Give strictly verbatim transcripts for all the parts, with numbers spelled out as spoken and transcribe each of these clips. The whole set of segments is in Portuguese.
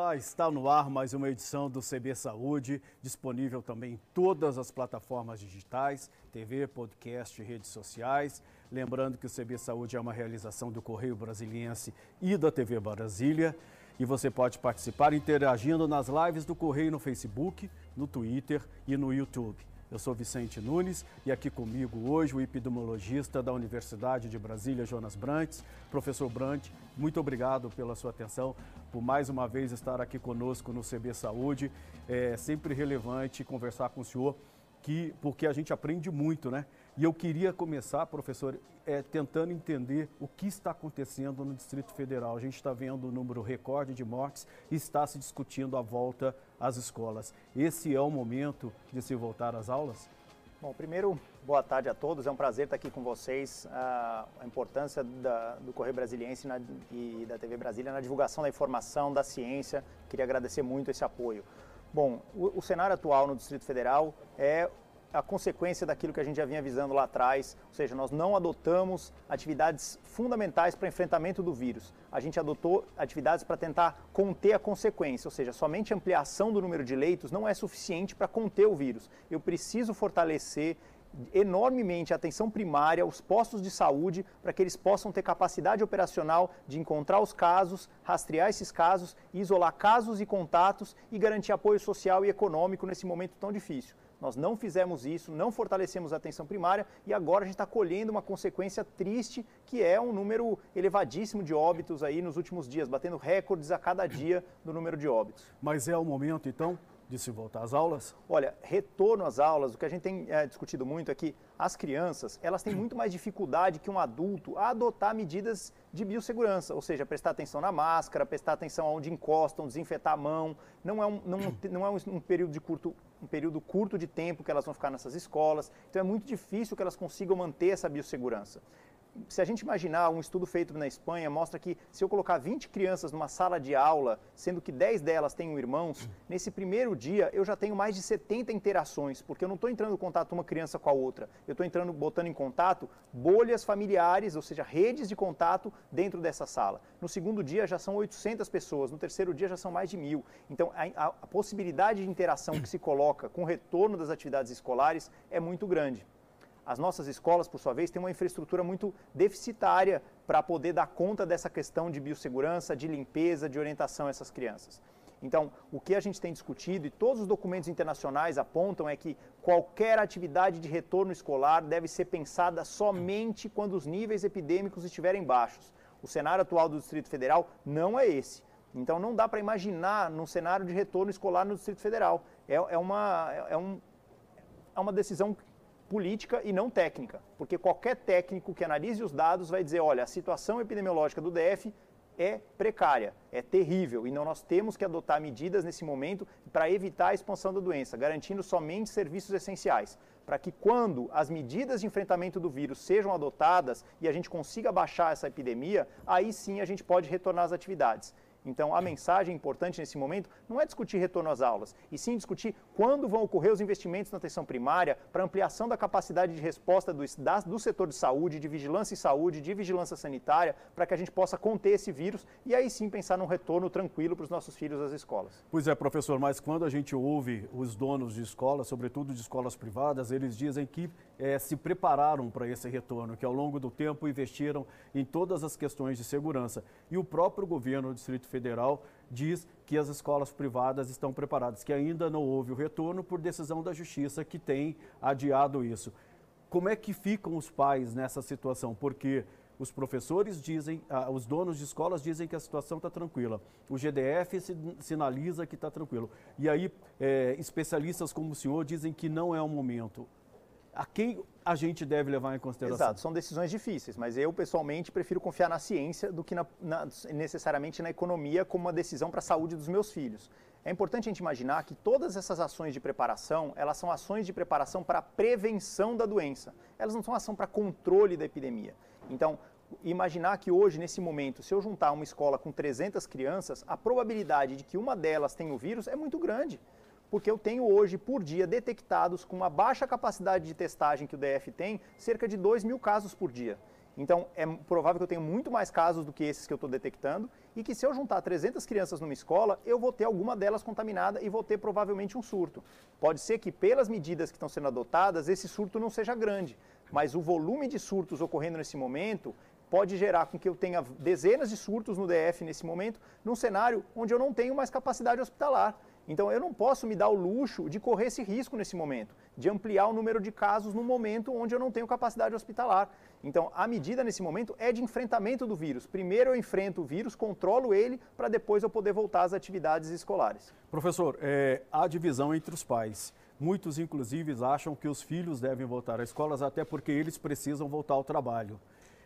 Olá, está no ar mais uma edição do C B Saúde, disponível também em todas as plataformas digitais, T V, podcast e redes sociais. Lembrando que o C B Saúde é uma realização do Correio Brasiliense e da T V Brasília. E você pode participar interagindo nas lives do Correio no Facebook, no Twitter e no YouTube. Eu sou Vicente Nunes e aqui comigo hoje o epidemiologista da Universidade de Brasília, Jonas Brantes. Professor Brantes, muito obrigado pela sua atenção, por mais uma vez estar aqui conosco no C B Saúde. É sempre relevante conversar com o senhor, que, porque a gente aprende muito, né? E eu queria começar, professor, é, tentando entender o que está acontecendo no Distrito Federal. A gente está vendo o número recorde de mortes e está se discutindo a volta às escolas. Esse é o momento de se voltar às aulas? Bom, primeiro, boa tarde a todos. É um prazer estar aqui com vocês. A, a importância da, do Correio Brasiliense na, e da T V Brasília na divulgação da informação, da ciência. Queria agradecer muito esse apoio. Bom, o, o cenário atual no Distrito Federal é a consequência daquilo que a gente já vinha avisando lá atrás, ou seja, nós não adotamos atividades fundamentais para enfrentamento do vírus. A gente adotou atividades para tentar conter a consequência, ou seja, somente a ampliação do número de leitos não é suficiente para conter o vírus. Eu preciso fortalecer enormemente a atenção primária, os postos de saúde, para que eles possam ter capacidade operacional de encontrar os casos, rastrear esses casos, isolar casos e contatos e garantir apoio social e econômico nesse momento tão difícil. Nós não fizemos isso, não fortalecemos a atenção primária e agora a gente está colhendo uma consequência triste, que é um número elevadíssimo de óbitos aí nos últimos dias, batendo recordes a cada dia do número de óbitos. Mas é o momento, então, de se voltar às aulas? Olha, retorno às aulas, o que a gente tem é, discutido muito é que as crianças, elas têm muito mais dificuldade que um adulto a adotar medidas de biossegurança, ou seja, prestar atenção na máscara, prestar atenção aonde encostam, desinfetar a mão. Não é um, não, não é um, um período de curto, um período curto de tempo que elas vão ficar nessas escolas, então é muito difícil que elas consigam manter essa biossegurança. Se a gente imaginar, um estudo feito na Espanha mostra que se eu colocar vinte crianças numa sala de aula, sendo que dez delas tenham irmãos, nesse primeiro dia eu já tenho mais de setenta interações, porque eu não estou entrando em contato uma criança com a outra, eu estou entrando, botando em contato bolhas familiares, ou seja, redes de contato dentro dessa sala. No segundo dia já são oitocentas pessoas, no terceiro dia já são mais de mil. Então a, a, a possibilidade de interação que se coloca com o retorno das atividades escolares é muito grande. As nossas escolas, por sua vez, têm uma infraestrutura muito deficitária para poder dar conta dessa questão de biossegurança, de limpeza, de orientação a essas crianças. Então, o que a gente tem discutido e todos os documentos internacionais apontam é que qualquer atividade de retorno escolar deve ser pensada somente quando os níveis epidêmicos estiverem baixos. O cenário atual do Distrito Federal não é esse. Então, não dá para imaginar num cenário de retorno escolar no Distrito Federal. É, é, uma, é, um, é uma decisão política e não técnica, porque qualquer técnico que analise os dados vai dizer, olha, a situação epidemiológica do D F é precária, é terrível, e não, nós temos que adotar medidas nesse momento para evitar a expansão da doença, garantindo somente serviços essenciais, para que quando as medidas de enfrentamento do vírus sejam adotadas e a gente consiga baixar essa epidemia, aí sim a gente pode retornar às atividades. Então, a mensagem importante nesse momento não é discutir retorno às aulas, e sim discutir quando vão ocorrer os investimentos na atenção primária para ampliação da capacidade de resposta do, da, do setor de saúde, de vigilância em saúde, de vigilância sanitária, para que a gente possa conter esse vírus e aí sim pensar num retorno tranquilo para os nossos filhos às escolas. Pois é, professor, mas quando a gente ouve os donos de escolas, sobretudo de escolas privadas, eles dizem que é, se prepararam para esse retorno, que ao longo do tempo investiram em todas as questões de segurança. E o próprio governo do Distrito Federal diz que as escolas privadas estão preparadas, que ainda não houve o retorno por decisão da Justiça que tem adiado isso. Como é que ficam os pais nessa situação? Porque os professores dizem, os donos de escolas dizem que a situação está tranquila. O G D F sinaliza que está tranquilo. E aí, é, especialistas como o senhor dizem que não é o momento. A quem a gente deve levar em consideração? Exato, são decisões difíceis, mas eu pessoalmente prefiro confiar na ciência do que na, na, necessariamente na economia como uma decisão para a saúde dos meus filhos. É importante a gente imaginar que todas essas ações de preparação, elas são ações de preparação para a prevenção da doença. Elas não são ação para controle da epidemia. Então, imaginar que hoje, nesse momento, se eu juntar uma escola com trezentas crianças, a probabilidade de que uma delas tenha o vírus é muito grande. Porque eu tenho hoje, por dia, detectados com uma baixa capacidade de testagem que o D F tem, cerca de dois mil casos por dia. Então, é provável que eu tenha muito mais casos do que esses que eu estou detectando e que se eu juntar trezentas crianças numa escola, eu vou ter alguma delas contaminada e vou ter provavelmente um surto. Pode ser que pelas medidas que estão sendo adotadas, esse surto não seja grande, mas o volume de surtos ocorrendo nesse momento pode gerar com que eu tenha dezenas de surtos no D F nesse momento, num cenário onde eu não tenho mais capacidade hospitalar. Então, eu não posso me dar o luxo de correr esse risco nesse momento, de ampliar o número de casos no momento onde eu não tenho capacidade hospitalar. Então, a medida nesse momento é de enfrentamento do vírus. Primeiro eu enfrento o vírus, controlo ele, para depois eu poder voltar às atividades escolares. Professor, é, há divisão entre os pais. Muitos, inclusive, acham que os filhos devem voltar às escolas, até porque eles precisam voltar ao trabalho.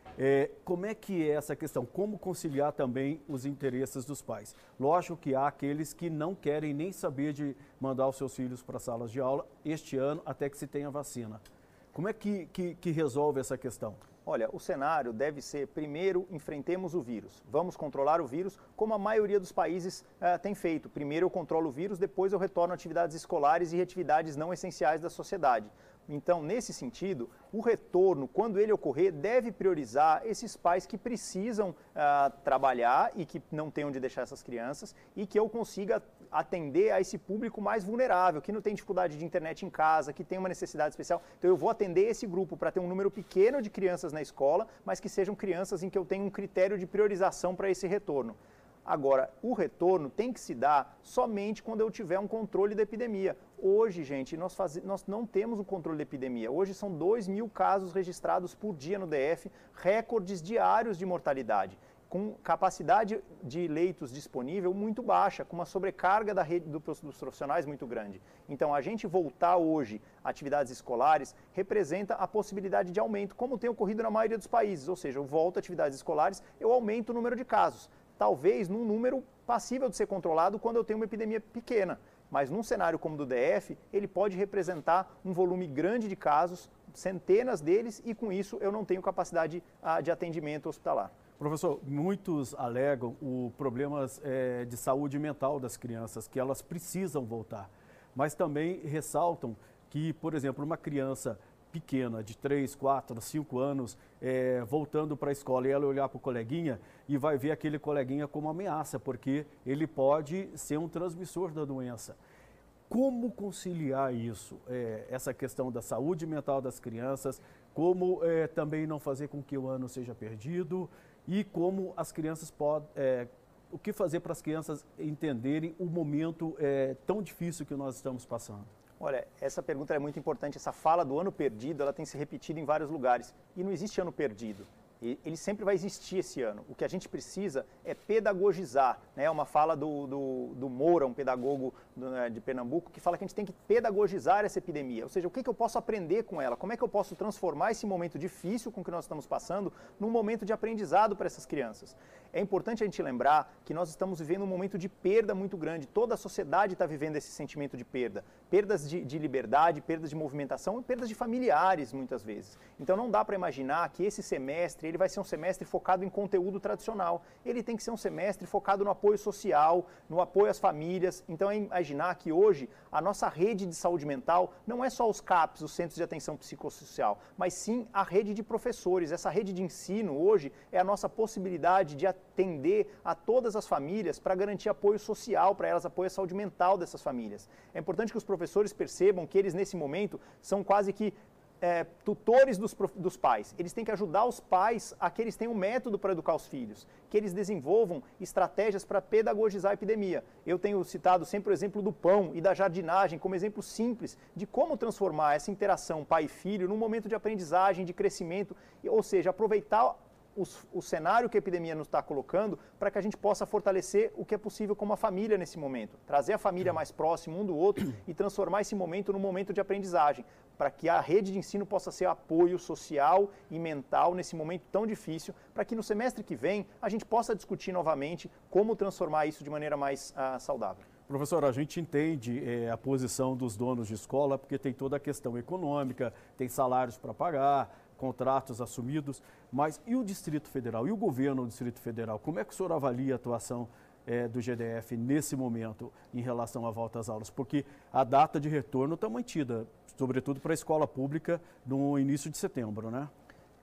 É, como é que é essa questão? Como conciliar também os interesses dos pais? Lógico que há aqueles que não querem nem saber de mandar os seus filhos para salas de aula este ano até que se tenha vacina. Como é que, que, que resolve essa questão? Olha, o cenário deve ser, primeiro, enfrentemos o vírus. Vamos controlar o vírus, como a maioria dos países uh, tem feito. Primeiro eu controlo o vírus, depois eu retorno a atividades escolares e atividades não essenciais da sociedade. Então, nesse sentido, o retorno, quando ele ocorrer, deve priorizar esses pais que precisam uh, trabalhar e que não têm onde deixar essas crianças e que eu consiga atender a esse público mais vulnerável, que não tem dificuldade de internet em casa, que tem uma necessidade especial. Então, eu vou atender esse grupo para ter um número pequeno de crianças na escola, mas que sejam crianças em que eu tenho um critério de priorização para esse retorno. Agora, o retorno tem que se dar somente quando eu tiver um controle da epidemia. Hoje, gente, nós, faz... nós não temos o controle da epidemia. Hoje são dois mil casos registrados por dia no D F, recordes diários de mortalidade, com capacidade de leitos disponível muito baixa, com uma sobrecarga da rede dos profissionais muito grande. Então, a gente voltar hoje a atividades escolares representa a possibilidade de aumento, como tem ocorrido na maioria dos países. Ou seja, eu volto a atividades escolares, eu aumento o número de casos. Talvez num número passível de ser controlado quando eu tenho uma epidemia pequena. Mas num cenário como o do D F, ele pode representar um volume grande de casos, centenas deles, e com isso eu não tenho capacidade ah, de atendimento hospitalar. Professor, muitos alegam o problemas é, de saúde mental das crianças, que elas precisam voltar. Mas também ressaltam que, por exemplo, uma criança pequena, de três, quatro, cinco anos, é, voltando para a escola e ela olhar para o coleguinha e vai ver aquele coleguinha como ameaça, porque ele pode ser um transmissor da doença. Como conciliar isso, é, essa questão da saúde mental das crianças, como é, também não fazer com que o ano seja perdido e como as crianças podem, é, o que fazer para as crianças entenderem o momento é, tão difícil que nós estamos passando? Olha, essa pergunta é muito importante. Essa fala do ano perdido, ela tem se repetido em vários lugares. E não existe ano perdido. Ele sempre vai existir esse ano. O que a gente precisa é pedagogizar. É uma fala do, do, do Moura, um pedagogo do, né, de Pernambuco, que fala que a gente tem que pedagogizar essa epidemia. Ou seja, o que, que eu posso aprender com ela? Como é que eu posso transformar esse momento difícil com que nós estamos passando num momento de aprendizado para essas crianças? É importante a gente lembrar que nós estamos vivendo um momento de perda muito grande. Toda a sociedade está vivendo esse sentimento de perda. Perdas de, de liberdade, perdas de movimentação e perdas de familiares, muitas vezes. Então não dá para imaginar que esse semestre ele vai ser um semestre focado em conteúdo tradicional. Ele tem que ser um semestre focado no apoio social, no apoio às famílias. Então é imaginar que hoje a nossa rede de saúde mental não é só os C A Ps, os Centros de Atenção Psicossocial, mas sim a rede de professores. Essa rede de ensino hoje é a nossa possibilidade de atender a todas as famílias para garantir apoio social para elas, apoio à saúde mental dessas famílias. É importante que os professores percebam que eles nesse momento são quase que É, tutores dos, dos pais. Eles têm que ajudar os pais a que eles tenham um método para educar os filhos, que eles desenvolvam estratégias para pedagogizar a epidemia. Eu tenho citado sempre o exemplo do pão e da jardinagem como exemplo simples de como transformar essa interação pai e filho num momento de aprendizagem, de crescimento, ou seja, aproveitar Os, o cenário que a epidemia nos está colocando para que a gente possa fortalecer o que é possível como a família nesse momento. Trazer a família mais próxima um do outro e transformar esse momento num momento de aprendizagem, para que a rede de ensino possa ser apoio social e mental nesse momento tão difícil, para que no semestre que vem a gente possa discutir novamente como transformar isso de maneira mais uh, saudável. Professor, a gente entende é, a posição dos donos de escola, porque tem toda a questão econômica, tem salários para pagar, contratos assumidos, mas e o Distrito Federal, e o governo do Distrito Federal? Como é que o senhor avalia a atuação é, do G D F nesse momento em relação à volta às aulas? Porque a data de retorno está mantida, sobretudo para a escola pública, no início de setembro, né?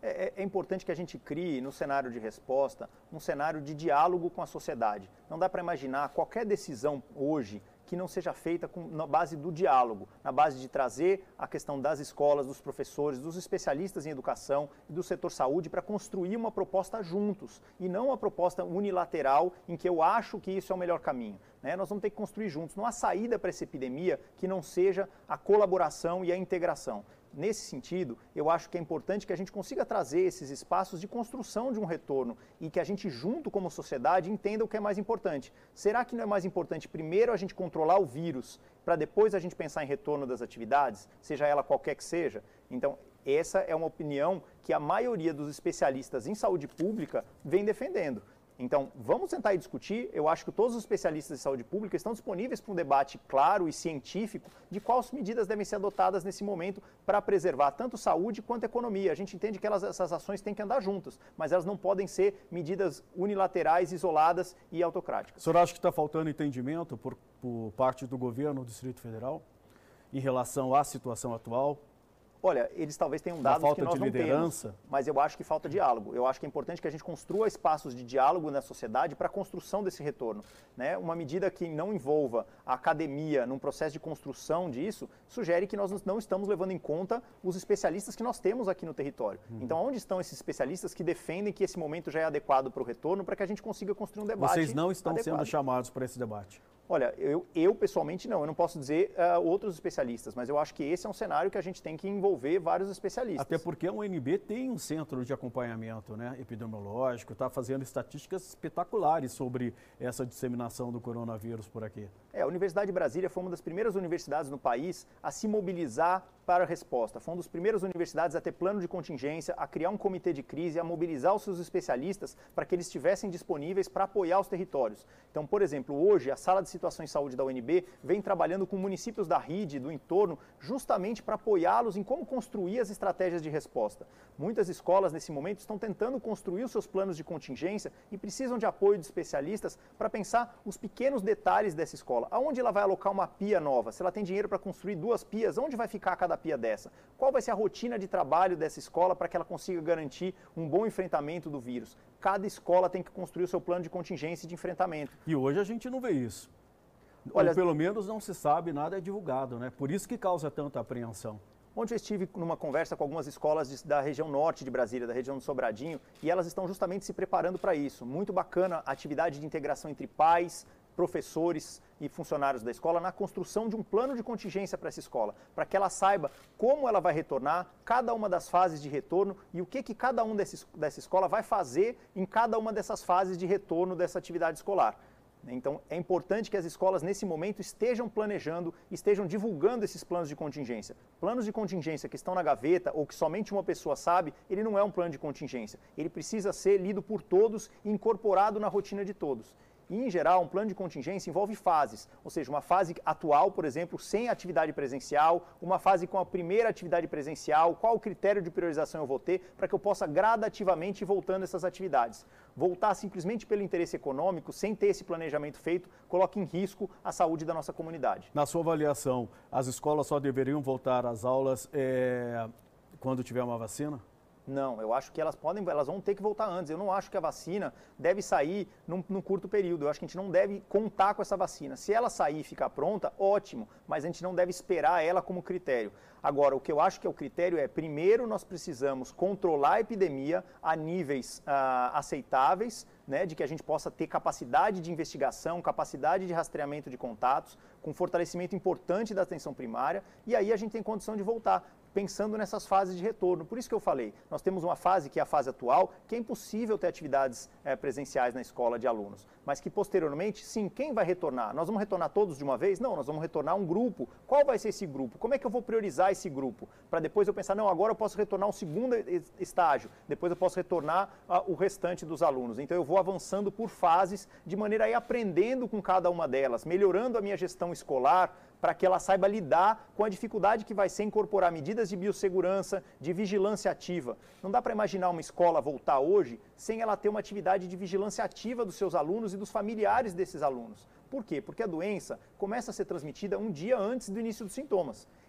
é, é importante que a gente crie no cenário de resposta um cenário de diálogo com a sociedade. Não dá para imaginar qualquer decisão hoje que não seja feita com, na base do diálogo, na base de trazer a questão das escolas, dos professores, dos especialistas em educação e do setor saúde para construir uma proposta juntos e não uma proposta unilateral em que eu acho que isso é o melhor caminho. Né? Nós vamos ter que construir juntos. Não há saída para essa epidemia que não seja a colaboração e a integração. Nesse sentido, eu acho que é importante que a gente consiga trazer esses espaços de construção de um retorno e que a gente, junto como sociedade, entenda o que é mais importante. Será que não é mais importante primeiro a gente controlar o vírus para depois a gente pensar em retorno das atividades, seja ela qualquer que seja? Então, essa é uma opinião que a maioria dos especialistas em saúde pública vem defendendo. Então, vamos sentar e discutir. Eu acho que todos os especialistas de saúde pública estão disponíveis para um debate claro e científico de quais medidas devem ser adotadas nesse momento para preservar tanto saúde quanto economia. A gente entende que elas, essas ações têm que andar juntas, mas elas não podem ser medidas unilaterais, isoladas e autocráticas. O senhor acha que está faltando entendimento por, por parte do governo do Distrito Federal em relação à situação atual? Olha, eles talvez tenham dados que nós não temos, mas eu acho que falta diálogo. Eu acho que é importante que a gente construa espaços de diálogo na sociedade para a construção desse retorno. Né? Uma medida que não envolva a academia num processo de construção disso, sugere que nós não estamos levando em conta os especialistas que nós temos aqui no território. Uhum. Então, onde estão esses especialistas que defendem que esse momento já é adequado para o retorno, para que a gente consiga construir um debate Vocês não estão adequado. sendo chamados para esse debate? Olha, eu, eu pessoalmente não, eu não posso dizer uh, outros especialistas, mas eu acho que esse é um cenário que a gente tem que envolver vários especialistas. Até porque a U N B tem um centro de acompanhamento, né, epidemiológico, está fazendo estatísticas espetaculares sobre essa disseminação do coronavírus por aqui. É, a Universidade de Brasília foi uma das primeiras universidades no país a se mobilizar para a resposta. Foi uma das primeiras universidades a ter plano de contingência, a criar um comitê de crise, a mobilizar os seus especialistas para que eles estivessem disponíveis para apoiar os territórios. Então, por exemplo, hoje a Sala de Situação em Saúde da U N B vem trabalhando com municípios da R I D, do entorno, justamente para apoiá-los em como construir as estratégias de resposta. Muitas escolas, nesse momento, estão tentando construir os seus planos de contingência e precisam de apoio de especialistas para pensar os pequenos detalhes dessa escola. Aonde ela vai alocar uma pia nova? Se ela tem dinheiro para construir duas pias, onde vai ficar cada pia dessa? Qual vai ser a rotina de trabalho dessa escola para que ela consiga garantir um bom enfrentamento do vírus? Cada escola tem que construir o seu plano de contingência e de enfrentamento. E hoje a gente não vê isso. Olha, ou pelo menos não se sabe, nada é divulgado, né? Por isso que causa tanta apreensão. Ontem eu estive numa conversa com algumas escolas de, da região norte de Brasília, da região do Sobradinho, e elas estão justamente se preparando para isso. Muito bacana a atividade de integração entre pais, professores e funcionários da escola na construção de um plano de contingência para essa escola, para que ela saiba como ela vai retornar, cada uma das fases de retorno e o que, que cada um desses, dessa escola vai fazer em cada uma dessas fases de retorno dessa atividade escolar. Então, é importante que as escolas, nesse momento, estejam planejando, estejam divulgando esses planos de contingência. Planos de contingência que estão na gaveta ou que somente uma pessoa sabe, ele não é um plano de contingência. Ele precisa ser lido por todos e incorporado na rotina de todos. E, em geral, um plano de contingência envolve fases, ou seja, uma fase atual, por exemplo, sem atividade presencial, uma fase com a primeira atividade presencial, qual o critério de priorização eu vou ter para que eu possa gradativamente ir voltando essas atividades. Voltar simplesmente pelo interesse econômico, sem ter esse planejamento feito, coloca em risco a saúde da nossa comunidade. Na sua avaliação, as escolas só deveriam voltar às aulas é, quando tiver uma vacina? Não, eu acho que elas podem, elas vão ter que voltar antes. Eu não acho que a vacina deve sair num, num curto período. Eu acho que a gente não deve contar com essa vacina. Se ela sair e ficar pronta, ótimo, mas a gente não deve esperar ela como critério. Agora, o que eu acho que é o critério é, primeiro, nós precisamos controlar a epidemia a níveis ah, aceitáveis, né, de que a gente possa ter capacidade de investigação, capacidade de rastreamento de contatos, com fortalecimento importante da atenção primária, e aí a gente tem condição de voltar, pensando nessas fases de retorno. Por isso que eu falei, nós temos uma fase que é a fase atual, que é impossível ter atividades é, presenciais na escola de alunos, mas que posteriormente, sim, quem vai retornar? Nós vamos retornar todos de uma vez? Não, nós vamos retornar um grupo. Qual vai ser esse grupo? Como é que eu vou priorizar esse grupo? Para depois eu pensar, não, agora eu posso retornar um segundo estágio, depois eu posso retornar uh, o restante dos alunos. Então eu vou avançando por fases, de maneira a ir aprendendo com cada uma delas, melhorando a minha gestão escolar, para que ela saiba lidar com a dificuldade que vai ser incorporar medidas de biossegurança, de vigilância ativa. Não dá para imaginar uma escola voltar hoje sem ela ter uma atividade de vigilância ativa dos seus alunos e dos familiares desses alunos. Por quê? Porque a doença começa a ser transmitida um dia antes do início dos sintomas.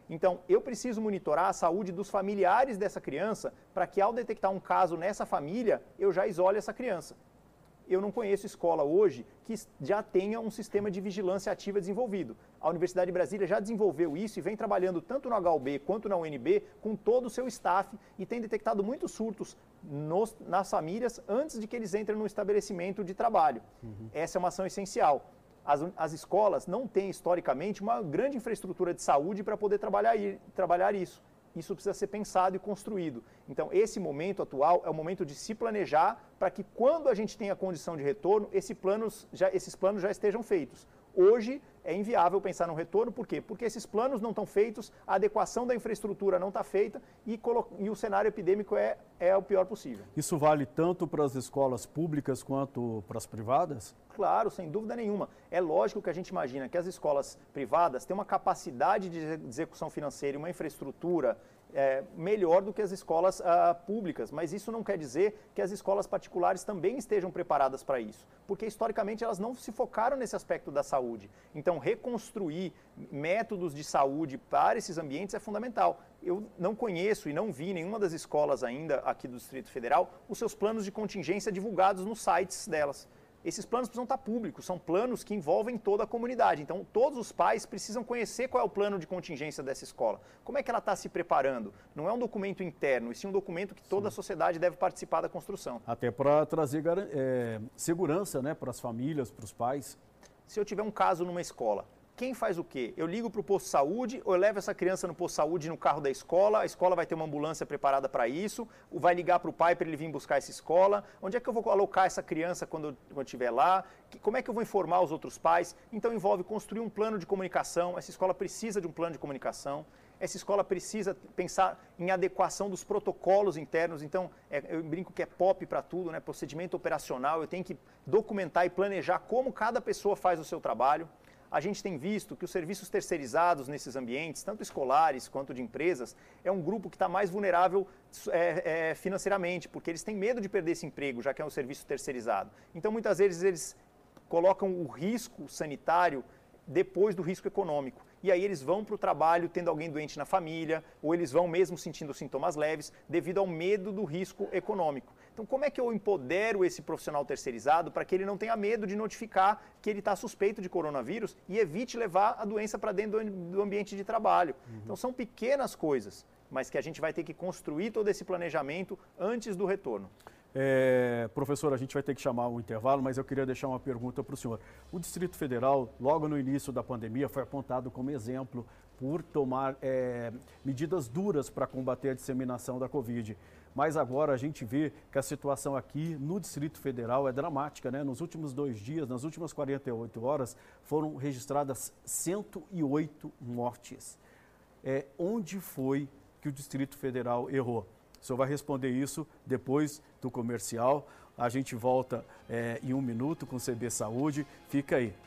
Então, eu preciso monitorar a saúde dos familiares dessa criança para que, ao detectar um caso nessa família, eu já isole essa criança. Eu não conheço escola hoje que já tenha um sistema de vigilância ativa desenvolvido. A Universidade de Brasília já desenvolveu isso e vem trabalhando tanto no H U B quanto na U N B com todo o seu staff e tem detectado muitos surtos nos, nas famílias antes de que eles entrem no estabelecimento de trabalho. Uhum. Essa é uma ação essencial. As, as escolas não têm, historicamente, uma grande infraestrutura de saúde para poder trabalhar, trabalhar isso. Isso precisa ser pensado e construído. Então, esse momento atual é o momento de se planejar para que, quando a gente tenha condição de retorno, esse planos já, esses planos já estejam feitos. Hoje, é inviável pensar no retorno, por quê? Porque esses planos não estão feitos, a adequação da infraestrutura não está feita e, e o cenário epidêmico é, é o pior possível. Isso vale tanto para as escolas públicas quanto para as privadas? Claro, sem dúvida nenhuma. É lógico que a gente imagina que as escolas privadas têm uma capacidade de execução financeira e uma infraestrutura é, melhor do que as escolas ah, públicas, mas isso não quer dizer que as escolas particulares também estejam preparadas para isso, porque historicamente elas não se focaram nesse aspecto da saúde. Então, reconstruir métodos de saúde para esses ambientes é fundamental. Eu não conheço e não vi nenhuma das escolas ainda aqui do Distrito Federal os seus planos de contingência divulgados nos sites delas. Esses planos precisam estar públicos, são planos que envolvem toda a comunidade. Então, todos os pais precisam conhecer qual é o plano de contingência dessa escola. Como é que ela está se preparando? Não é um documento interno, e sim um documento que toda sim. a sociedade deve participar da construção. Até para trazer é, segurança, né, para as famílias, para os pais. Se eu tiver um caso numa escola, quem faz o quê? Eu ligo para o posto de saúde ou eu levo essa criança no posto de saúde no carro da escola, a escola vai ter uma ambulância preparada para isso, vai ligar para o pai para ele vir buscar essa escola, onde é que eu vou alocar essa criança quando eu, quando eu estiver lá, como é que eu vou informar os outros pais? Então envolve construir um plano de comunicação, essa escola precisa de um plano de comunicação, essa escola precisa pensar em adequação dos protocolos internos, então é, eu brinco que é P O P para tudo, né? Procedimento operacional, eu tenho que documentar e planejar como cada pessoa faz o seu trabalho. A gente tem visto que os serviços terceirizados nesses ambientes, tanto escolares quanto de empresas, é um grupo que está mais vulnerável é, é, financeiramente, porque eles têm medo de perder esse emprego, já que é um serviço terceirizado. Então, muitas vezes, eles colocam o risco sanitário depois do risco econômico. E aí eles vão para o trabalho tendo alguém doente na família, ou eles vão mesmo sentindo sintomas leves, devido ao medo do risco econômico. Então, como é que eu empodero esse profissional terceirizado para que ele não tenha medo de notificar que ele está suspeito de coronavírus e evite levar a doença para dentro do ambiente de trabalho? Uhum. Então, são pequenas coisas, mas que a gente vai ter que construir todo esse planejamento antes do retorno. É, professor, a gente vai ter que chamar um intervalo, mas eu queria deixar uma pergunta para o senhor. O Distrito Federal, logo no início da pandemia, foi apontado como exemplo por tomar é, medidas duras para combater a disseminação da Covid. Mas agora a gente vê que a situação aqui no Distrito Federal é dramática, né? Nos últimos dois dias, nas últimas quarenta e oito horas, foram registradas cento e oito mortes. É, onde foi que o Distrito Federal errou? O senhor vai responder isso depois do comercial. A gente volta é, em um minuto com o C B Saúde. Fica aí.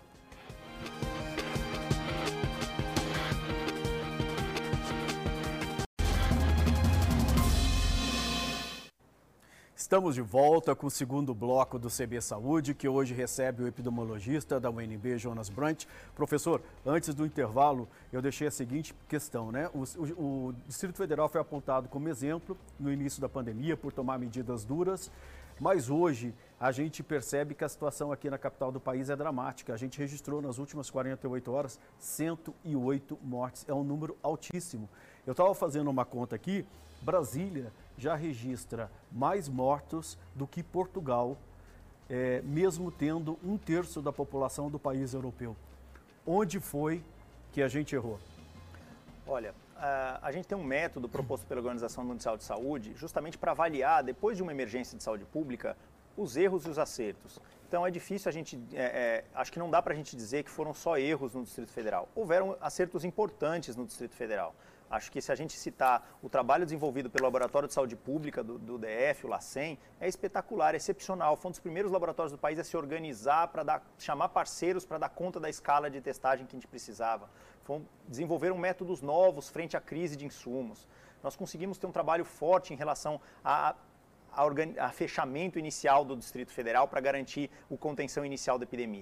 Estamos de volta com o segundo bloco do C B Saúde, que hoje recebe o epidemiologista da U N B, Jonas Brant. Professor, antes do intervalo, eu deixei a seguinte questão, né? O, o, o Distrito Federal foi apontado como exemplo no início da pandemia por tomar medidas duras, mas hoje a gente percebe que a situação aqui na capital do país é dramática. A gente registrou nas últimas quarenta e oito horas cento e oito mortes, é um número altíssimo. Eu estava fazendo uma conta aqui, Brasília já registra mais mortos do que Portugal, é, mesmo tendo um terço da população do país europeu. Onde foi que a gente errou? Olha, a, a gente tem um método proposto pela Organização Mundial de Saúde justamente para avaliar, depois de uma emergência de saúde pública, os erros e os acertos. Então é difícil a gente, é, é, acho que não dá para a gente dizer que foram só erros no Distrito Federal. Houveram acertos importantes no Distrito Federal. Acho que se a gente citar o trabalho desenvolvido pelo Laboratório de Saúde Pública do, do D F, o LACEN, é espetacular, é excepcional. Foi um dos primeiros laboratórios do país a se organizar, para dar, chamar parceiros para dar conta da escala de testagem que a gente precisava. Foi, desenvolveram métodos novos frente à crise de insumos. Nós conseguimos ter um trabalho forte em relação a, a, a fechamento inicial do Distrito Federal para garantir a contenção inicial da epidemia.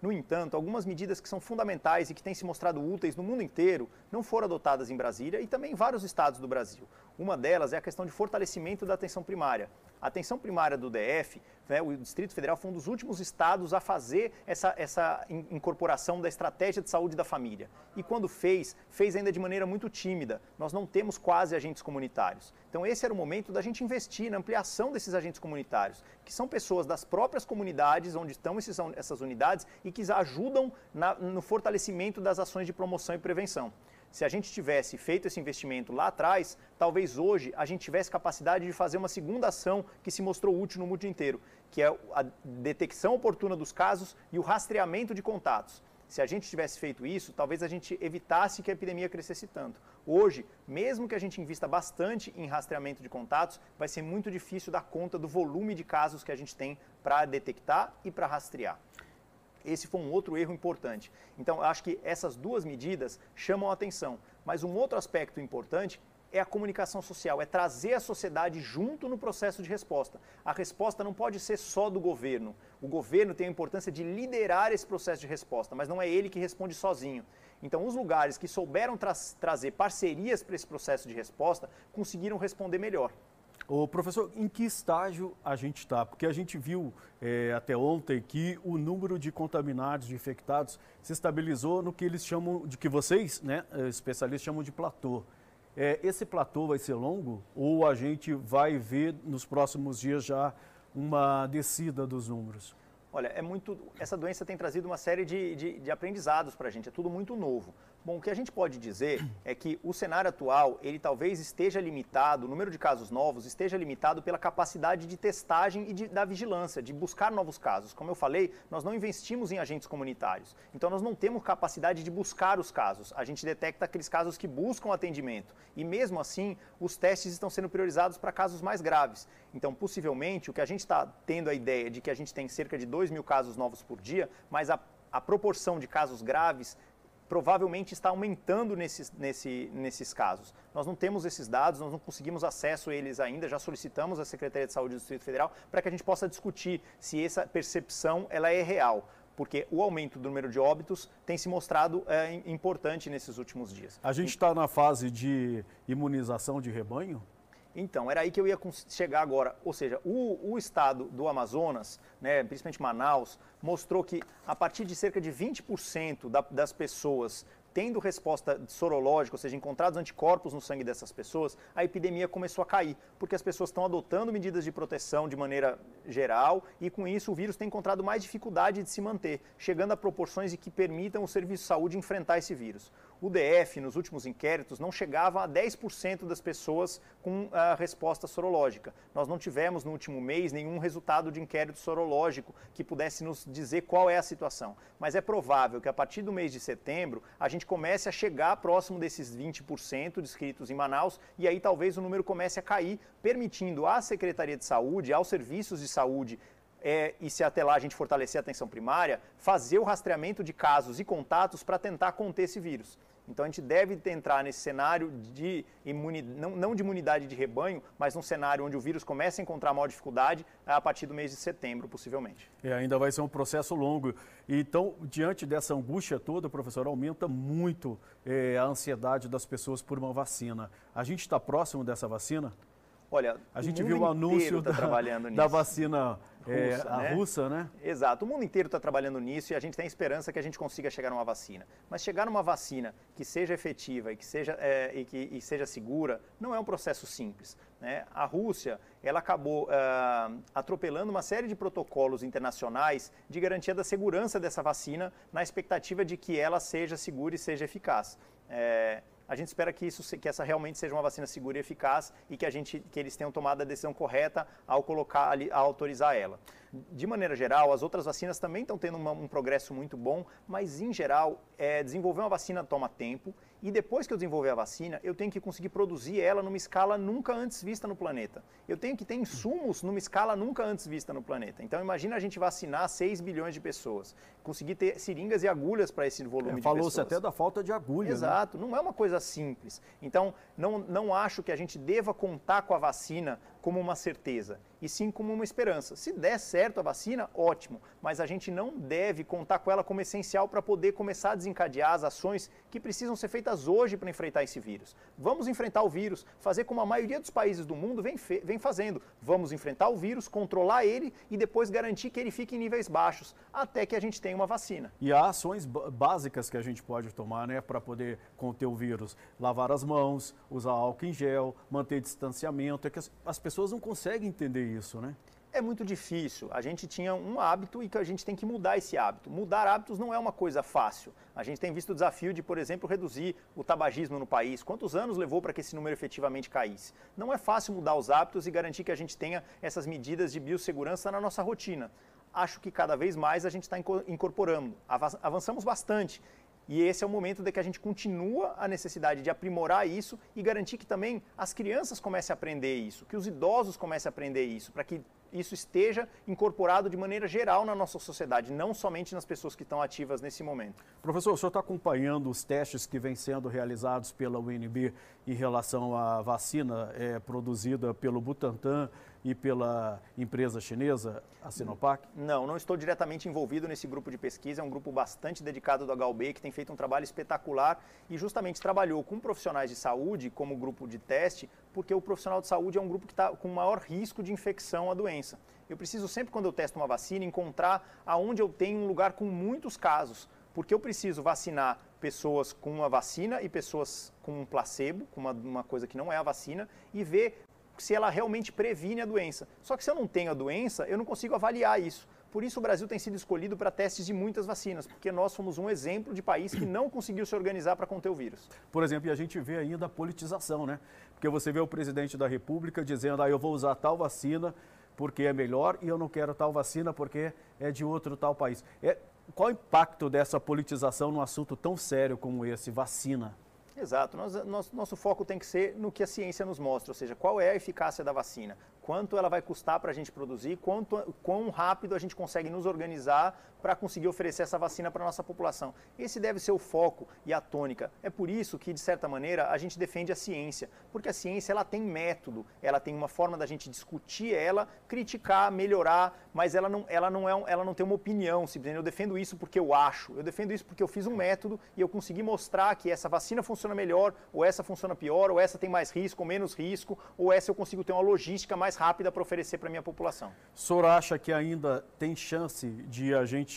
No entanto, algumas medidas que são fundamentais e que têm se mostrado úteis no mundo inteiro não foram adotadas em Brasília e também em vários estados do Brasil. Uma delas é a questão de fortalecimento da atenção primária. A atenção primária do D F, né, o Distrito Federal foi um dos últimos estados a fazer essa, essa incorporação da estratégia de saúde da família. E quando fez, fez ainda de maneira muito tímida. Nós não temos quase agentes comunitários. Então esse era o momento da gente investir na ampliação desses agentes comunitários, que são pessoas das próprias comunidades onde estão esses, essas unidades e que ajudam na, no fortalecimento das ações de promoção e prevenção. Se a gente tivesse feito esse investimento lá atrás, talvez hoje a gente tivesse capacidade de fazer uma segunda ação que se mostrou útil no mundo inteiro, que é a detecção oportuna dos casos e o rastreamento de contatos. Se a gente tivesse feito isso, talvez a gente evitasse que a epidemia crescesse tanto. Hoje, mesmo que a gente invista bastante em rastreamento de contatos, vai ser muito difícil dar conta do volume de casos que a gente tem para detectar e para rastrear. Esse foi um outro erro importante. Então, eu acho que essas duas medidas chamam a atenção. Mas um outro aspecto importante é a comunicação social, é trazer a sociedade junto no processo de resposta. A resposta não pode ser só do governo. O governo tem a importância de liderar esse processo de resposta, mas não é ele que responde sozinho. Então, os lugares que souberam tra- trazer parcerias para esse processo de resposta conseguiram responder melhor. Ô, professor, em que estágio a gente está? Porque a gente viu é, até ontem que o número de contaminados, de infectados, se estabilizou no que eles chamam, de que vocês, né, especialistas, chamam de platô. É, esse platô vai ser longo ou a gente vai ver nos próximos dias já uma descida dos números? Olha, é muito, essa doença tem trazido uma série de, de, de aprendizados para a gente, é tudo muito novo. Bom, o que a gente pode dizer é que o cenário atual, ele talvez esteja limitado, o número de casos novos esteja limitado pela capacidade de testagem e de, da vigilância, de buscar novos casos. Como eu falei, nós não investimos em agentes comunitários, então nós não temos capacidade de buscar os casos. A gente detecta aqueles casos que buscam atendimento e mesmo assim, os testes estão sendo priorizados para casos mais graves. Então, possivelmente, o que a gente está tendo a ideia de que a gente tem cerca de dois mil casos novos por dia, mas a, a proporção de casos graves provavelmente está aumentando nesses, nesse, nesses casos. Nós não temos esses dados, nós não conseguimos acesso a eles ainda, já solicitamos à Secretaria de Saúde do Distrito Federal para que a gente possa discutir se essa percepção ela é real, porque o aumento do número de óbitos tem se mostrado é, importante nesses últimos dias. A gente está na fase de imunização de rebanho? Então, era aí que eu ia chegar agora. Ou seja, o, o estado do Amazonas, né, principalmente Manaus, mostrou que a partir de cerca de vinte por cento da, das pessoas tendo resposta sorológica, ou seja, encontrados anticorpos no sangue dessas pessoas, a epidemia começou a cair, porque as pessoas estão adotando medidas de proteção de maneira geral e com isso o vírus tem encontrado mais dificuldade de se manter, chegando a proporções que permitam o serviço de saúde enfrentar esse vírus. O D F, nos últimos inquéritos, não chegava a dez por cento das pessoas com a resposta sorológica. Nós não tivemos, no último mês, nenhum resultado de inquérito sorológico que pudesse nos dizer qual é a situação. Mas é provável que, a partir do mês de setembro, a gente comece a chegar próximo desses vinte por cento descritos em Manaus e aí talvez o número comece a cair, permitindo à Secretaria de Saúde, aos serviços de saúde, É, e se até lá a gente fortalecer a atenção primária, fazer o rastreamento de casos e contatos para tentar conter esse vírus. Então a gente deve entrar nesse cenário de imunidade, não, não de imunidade de rebanho, mas num cenário onde o vírus começa a encontrar maior dificuldade a partir do mês de setembro, possivelmente. É, ainda vai ser um processo longo. Então, diante dessa angústia toda, professor, aumenta muito é, a ansiedade das pessoas por uma vacina. A gente está próximo dessa vacina? Olha, a gente viu o anúncio tá da, da vacina é, russa, a né? russa, né? Exato, o mundo inteiro está trabalhando nisso e a gente tem esperança que a gente consiga chegar numa vacina. Mas chegar numa vacina que seja efetiva e que seja, é, e que, e seja segura não é um processo simples, né? A Rússia ela acabou uh, atropelando uma série de protocolos internacionais de garantia da segurança dessa vacina na expectativa de que ela seja segura e seja eficaz. É, A gente espera que, isso, que essa realmente seja uma vacina segura e eficaz e que, a gente, que eles tenham tomado a decisão correta ao, colocar, ali, ao autorizar ela. De maneira geral, as outras vacinas também estão tendo uma, um progresso muito bom, mas, em geral, é, desenvolver uma vacina toma tempo e depois que eu desenvolver a vacina, eu tenho que conseguir produzir ela numa escala nunca antes vista no planeta. Eu tenho que ter insumos numa escala nunca antes vista no planeta. Então, imagina a gente vacinar seis bilhões de pessoas, conseguir ter seringas e agulhas para esse volume é, de pessoas. Falou-se até da falta de agulha. Exato, né? Não é uma coisa simples. Então, não, não acho que a gente deva contar com a vacina como uma certeza. e sim como uma esperança. Se der certo a vacina, ótimo, mas a gente não deve contar com ela como essencial para poder começar a desencadear as ações que precisam ser feitas hoje para enfrentar esse vírus. Vamos enfrentar o vírus, fazer como a maioria dos países do mundo vem, vem fazendo. Vamos enfrentar o vírus, controlar ele e depois garantir que ele fique em níveis baixos, até que a gente tenha uma vacina. E há ações básicas que a gente pode tomar, né, para poder conter o vírus. Lavar as mãos, usar álcool em gel, manter distanciamento. É que as, as pessoas não conseguem entender isso, né? É muito difícil. A gente tinha um hábito e que a gente tem que mudar esse hábito. Mudar hábitos não é uma coisa fácil. A gente tem visto o desafio de, por exemplo, reduzir o tabagismo no país. Quantos anos levou para que esse número efetivamente caísse? Não é fácil mudar os hábitos e garantir que a gente tenha essas medidas de biossegurança na nossa rotina. Acho que cada vez mais a gente está incorporando. Avançamos bastante. E esse é o momento de que a gente continua a necessidade de aprimorar isso e garantir que também as crianças comecem a aprender isso, que os idosos comecem a aprender isso, para que isso esteja incorporado de maneira geral na nossa sociedade, não somente nas pessoas que estão ativas nesse momento. Professor, o senhor está acompanhando os testes que vêm sendo realizados pela U N B em relação à vacina é, produzida pelo Butantan e pela empresa chinesa, a Sinovac? Não, não estou diretamente envolvido nesse grupo de pesquisa, é um grupo bastante dedicado do H U B, que tem feito um trabalho espetacular e justamente trabalhou com profissionais de saúde como grupo de teste, porque o profissional de saúde é um grupo que está com maior risco de infecção à doença. Eu preciso sempre, quando eu testo uma vacina, encontrar aonde eu tenho um lugar com muitos casos, porque eu preciso vacinar pessoas com uma vacina e pessoas com um placebo, com uma, uma coisa que não é a vacina, e ver se ela realmente previne a doença. Só que se eu não tenho a doença, eu não consigo avaliar isso. Por isso o Brasil tem sido escolhido para testes de muitas vacinas, porque nós fomos um exemplo de país que não conseguiu se organizar para conter o vírus. Por exemplo, e a gente vê ainda a politização, né? Porque você vê o presidente da República dizendo, ah, eu vou usar tal vacina porque é melhor e eu não quero tal vacina porque é de outro tal país. É, qual o impacto dessa politização num assunto tão sério como esse, vacina? Exato. Nós, nosso, nosso foco tem que ser no que a ciência nos mostra, ou seja, qual é a eficácia da vacina, quanto ela vai custar para a gente produzir, quanto, quão rápido a gente consegue nos organizar para conseguir oferecer essa vacina para a nossa população. Esse deve ser o foco e a tônica. É por isso que, de certa maneira, a gente defende a ciência, porque a ciência ela tem método, ela tem uma forma da gente discutir ela, criticar, melhorar, mas ela não, ela não, é um, ela não tem uma opinião, simplesmente eu defendo isso porque eu acho, eu defendo isso porque eu fiz um método e eu consegui mostrar que essa vacina funciona melhor, ou essa funciona pior, ou essa tem mais risco ou menos risco, ou essa eu consigo ter uma logística mais rápida para oferecer para a minha população. O senhor acha que ainda tem chance de a gente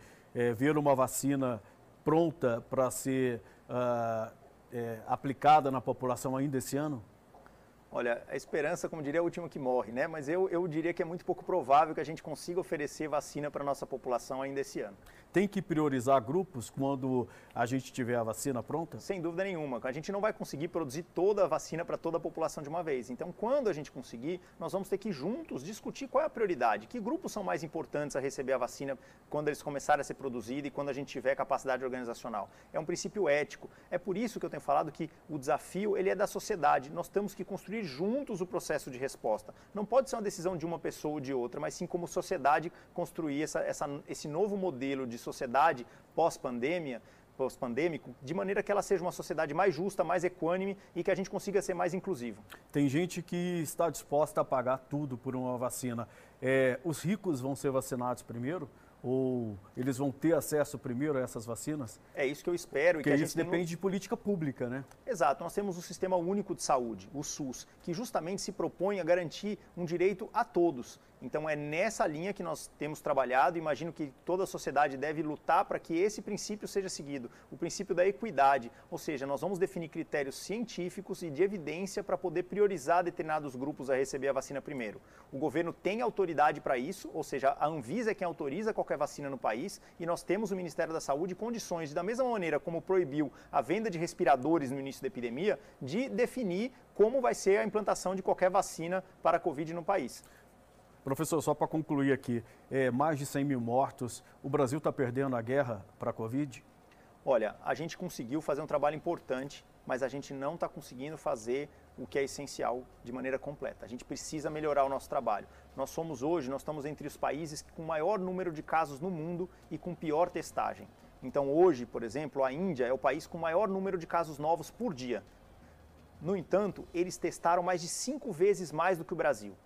é, ver uma vacina pronta para ser uh, é, aplicada na população ainda esse ano? Olha, a esperança, como diria, é a última que morre, né? Mas eu, eu diria que é muito pouco provável que a gente consiga oferecer vacina para a nossa população ainda esse ano. Tem que priorizar grupos quando a gente tiver a vacina pronta? Sem dúvida nenhuma. A gente não vai conseguir produzir toda a vacina para toda a população de uma vez. Então, quando a gente conseguir, nós vamos ter que juntos discutir qual é a prioridade, que grupos são mais importantes a receber a vacina quando eles começarem a ser produzidos e quando a gente tiver capacidade organizacional. É um princípio ético. É por isso que eu tenho falado que o desafio ele é da sociedade. Nós temos que construir juntos o processo de resposta. Não pode ser uma decisão de uma pessoa ou de outra, mas sim como sociedade construir essa, essa, esse novo modelo de sociedade pós-pandemia, pós-pandêmico, de maneira que ela seja uma sociedade mais justa, mais equânime e que a gente consiga ser mais inclusivo. Tem gente que está disposta a pagar tudo por uma vacina. É, os ricos vão ser vacinados primeiro? Ou eles vão ter acesso primeiro a essas vacinas? É isso que eu espero. Porque e que a isso gente depende tem... de política pública, né? Exato. Nós temos o Sistema Único de Saúde, o SUS, que justamente se propõe a garantir um direito a todos. Então é nessa linha que nós temos trabalhado. Imagino que toda a sociedade deve lutar para que esse princípio seja seguido, o princípio da equidade, ou seja, nós vamos definir critérios científicos e de evidência para poder priorizar determinados grupos a receber a vacina primeiro. O governo tem autoridade para isso, ou seja, a Anvisa é quem autoriza qualquer vacina no país e nós temos o Ministério da Saúde condições, de, da mesma maneira como proibiu a venda de respiradores no início da epidemia, de definir como vai ser a implantação de qualquer vacina para a Covid no país. Professor, só para concluir aqui, é, mais de cem mil mortos, o Brasil está perdendo a guerra para a Covid? Olha, a gente conseguiu fazer um trabalho importante, mas a gente não está conseguindo fazer o que é essencial de maneira completa. A gente precisa melhorar o nosso trabalho. Nós somos hoje, nós estamos entre os países com maior número de casos no mundo e com pior testagem. Então hoje, por exemplo, a Índia é o país com maior número de casos novos por dia. No entanto, eles testaram mais de cinco vezes mais do que o Brasil.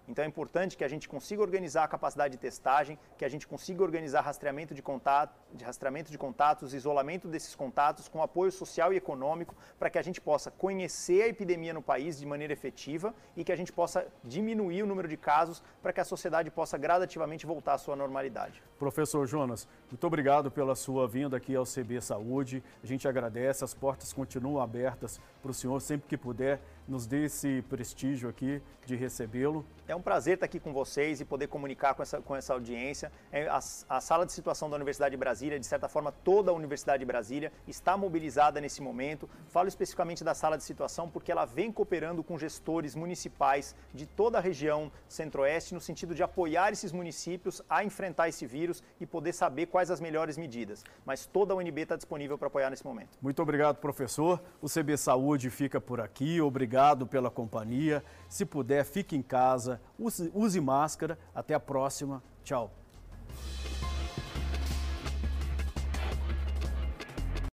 Então é importante que a gente consiga organizar a capacidade de testagem, que a gente consiga organizar rastreamento de, contato, de rastreamento de contatos, isolamento desses contatos com apoio social e econômico, para que a gente possa conhecer a epidemia no país de maneira efetiva e que a gente possa diminuir o número de casos para que a sociedade possa gradativamente voltar à sua normalidade. Professor Jonas, muito obrigado pela sua vinda aqui ao C B Saúde. A gente agradece, as portas continuam abertas para o senhor sempre que puder. Nos dê esse prestígio aqui de recebê-lo. É um prazer estar aqui com vocês e poder comunicar com essa, com essa audiência. A, a sala de situação da Universidade de Brasília, de certa forma, toda a Universidade de Brasília está mobilizada nesse momento. Falo especificamente da sala de situação porque ela vem cooperando com gestores municipais de toda a região centro-oeste no sentido de apoiar esses municípios a enfrentar esse vírus e poder saber quais as melhores medidas. Mas toda a U N B está disponível para apoiar nesse momento. Muito obrigado, professor. O C B Saúde fica por aqui. Obrigado. Obrigado pela companhia. Se puder, fique em casa, use, use máscara. Até a próxima. Tchau.